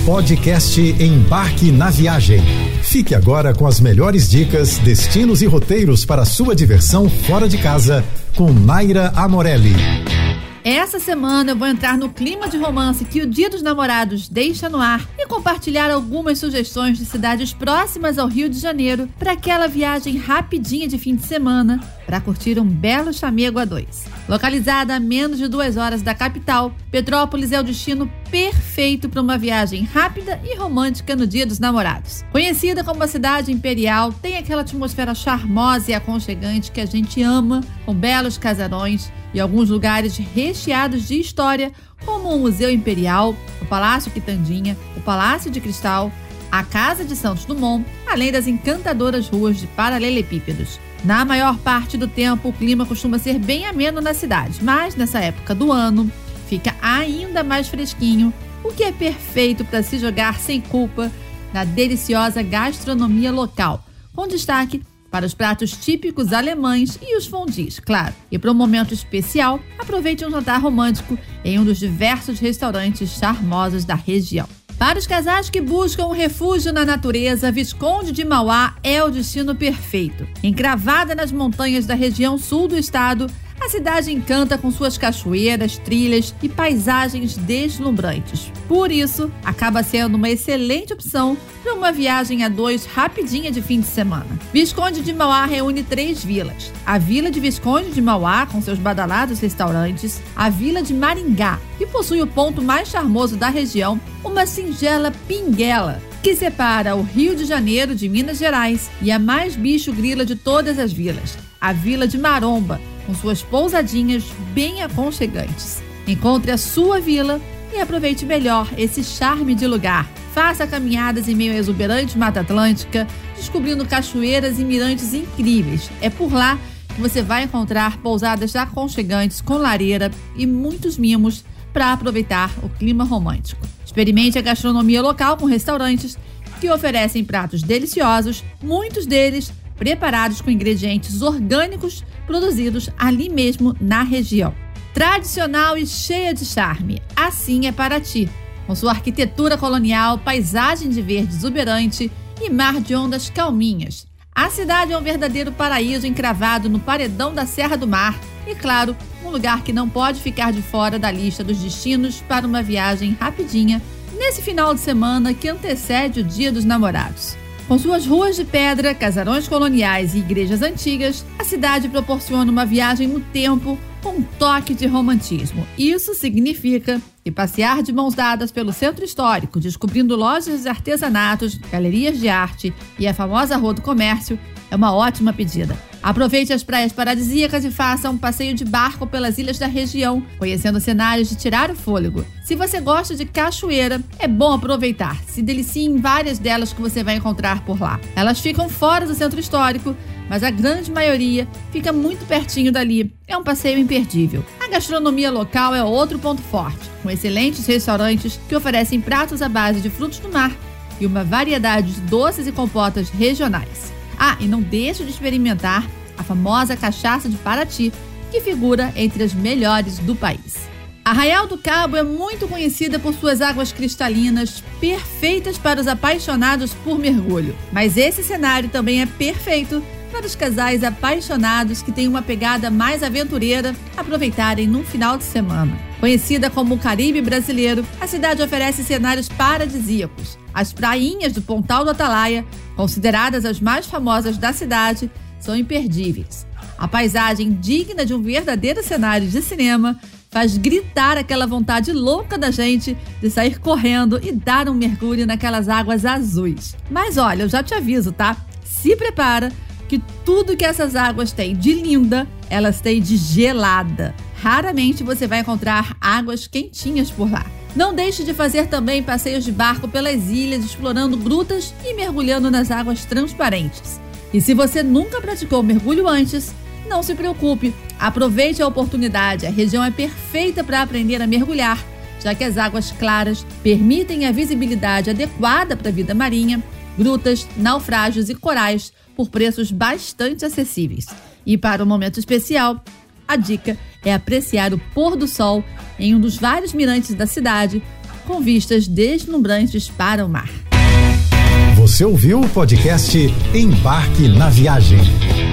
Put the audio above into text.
Podcast Embarque na Viagem. Fique agora com as melhores dicas, destinos e roteiros para sua diversão fora de casa com Naira Amorelli. Essa semana eu vou entrar no clima de romance que o Dia dos Namorados deixa no ar e compartilhar algumas sugestões de cidades próximas ao Rio de Janeiro para aquela viagem rapidinha de fim de semana para curtir um belo chamego a dois. Localizada a menos de 2 horas da capital, Petrópolis é o destino perfeito para uma viagem rápida e romântica no Dia dos Namorados. Conhecida como a cidade imperial, tem aquela atmosfera charmosa e aconchegante que a gente ama, com belos casarões e alguns lugares recheados de história, como o Museu Imperial, o Palácio Quitandinha, o Palácio de Cristal, a Casa de Santos Dumont, além das encantadoras ruas de paralelepípedos. Na maior parte do tempo, o clima costuma ser bem ameno na cidade, mas nessa época do ano fica ainda mais fresquinho, o que é perfeito para se jogar sem culpa na deliciosa gastronomia local, com destaque para os pratos típicos alemães e os fondues, claro. E para um momento especial, aproveite um jantar romântico em um dos diversos restaurantes charmosos da região. Para os casais que buscam um refúgio na natureza, Visconde de Mauá é o destino perfeito. Encravada nas montanhas da região sul do estado, a cidade encanta com suas cachoeiras, trilhas e paisagens deslumbrantes. Por isso, acaba sendo uma excelente opção para uma viagem a dois rapidinha de fim de semana. Visconde de Mauá reúne 3 vilas. A Vila de Visconde de Mauá, com seus badalados restaurantes, a Vila de Maringá, que possui o ponto mais charmoso da região, uma singela pinguela, que separa o Rio de Janeiro de Minas Gerais, e a mais bicho-grila de todas as vilas, a Vila de Maromba, com suas pousadinhas bem aconchegantes. Encontre a sua vila e aproveite melhor esse charme de lugar. Faça caminhadas em meio à exuberante Mata Atlântica, descobrindo cachoeiras e mirantes incríveis. É por lá que você vai encontrar pousadas aconchegantes com lareira e muitos mimos para aproveitar o clima romântico. Experimente a gastronomia local com restaurantes que oferecem pratos deliciosos, muitos deles preparados com ingredientes orgânicos produzidos ali mesmo na região. Tradicional e cheia de charme, assim é Paraty, com sua arquitetura colonial, paisagem de verde exuberante e mar de ondas calminhas. A cidade é um verdadeiro paraíso encravado no paredão da Serra do Mar e, claro, um lugar que não pode ficar de fora da lista dos destinos para uma viagem rapidinha nesse final de semana que antecede o Dia dos Namorados. Com suas ruas de pedra, casarões coloniais e igrejas antigas, a cidade proporciona uma viagem no tempo com um toque de romantismo. Isso significa que passear de mãos dadas pelo centro histórico, descobrindo lojas de artesanatos, galerias de arte e a famosa Rua do Comércio, é uma ótima pedida. Aproveite as praias paradisíacas e faça um passeio de barco pelas ilhas da região, conhecendo cenários de tirar o fôlego. Se você gosta de cachoeira, é bom aproveitar. Se delicie em várias delas que você vai encontrar por lá. Elas ficam fora do centro histórico, mas a grande maioria fica muito pertinho dali. É um passeio imperdível. A gastronomia local é outro ponto forte, com excelentes restaurantes que oferecem pratos à base de frutos do mar e uma variedade de doces e compotas regionais. Ah, e não deixe de experimentar a famosa cachaça de Paraty, que figura entre as melhores do país. Arraial do Cabo é muito conhecida por suas águas cristalinas, perfeitas para os apaixonados por mergulho. Mas esse cenário também é perfeito para os casais apaixonados que têm uma pegada mais aventureira aproveitarem num final de semana. Conhecida como o Caribe brasileiro, a cidade oferece cenários paradisíacos. As prainhas do Pontal do Atalaia, consideradas as mais famosas da cidade, são imperdíveis. A paisagem, digna de um verdadeiro cenário de cinema, faz gritar aquela vontade louca da gente de sair correndo e dar um mergulho naquelas águas azuis. Mas olha, eu já te aviso, tá? Se prepara, que tudo que essas águas têm de linda, elas têm de gelada. Raramente você vai encontrar águas quentinhas por lá. Não deixe de fazer também passeios de barco pelas ilhas, explorando grutas e mergulhando nas águas transparentes. E se você nunca praticou mergulho antes, não se preocupe, aproveite a oportunidade. A região é perfeita para aprender a mergulhar, já que as águas claras permitem a visibilidade adequada para a vida marinha, grutas, naufrágios e corais por preços bastante acessíveis. E para um momento especial, a dica é apreciar o pôr do sol em um dos vários mirantes da cidade, com vistas deslumbrantes para o mar. Você ouviu o podcast Embarque na Viagem.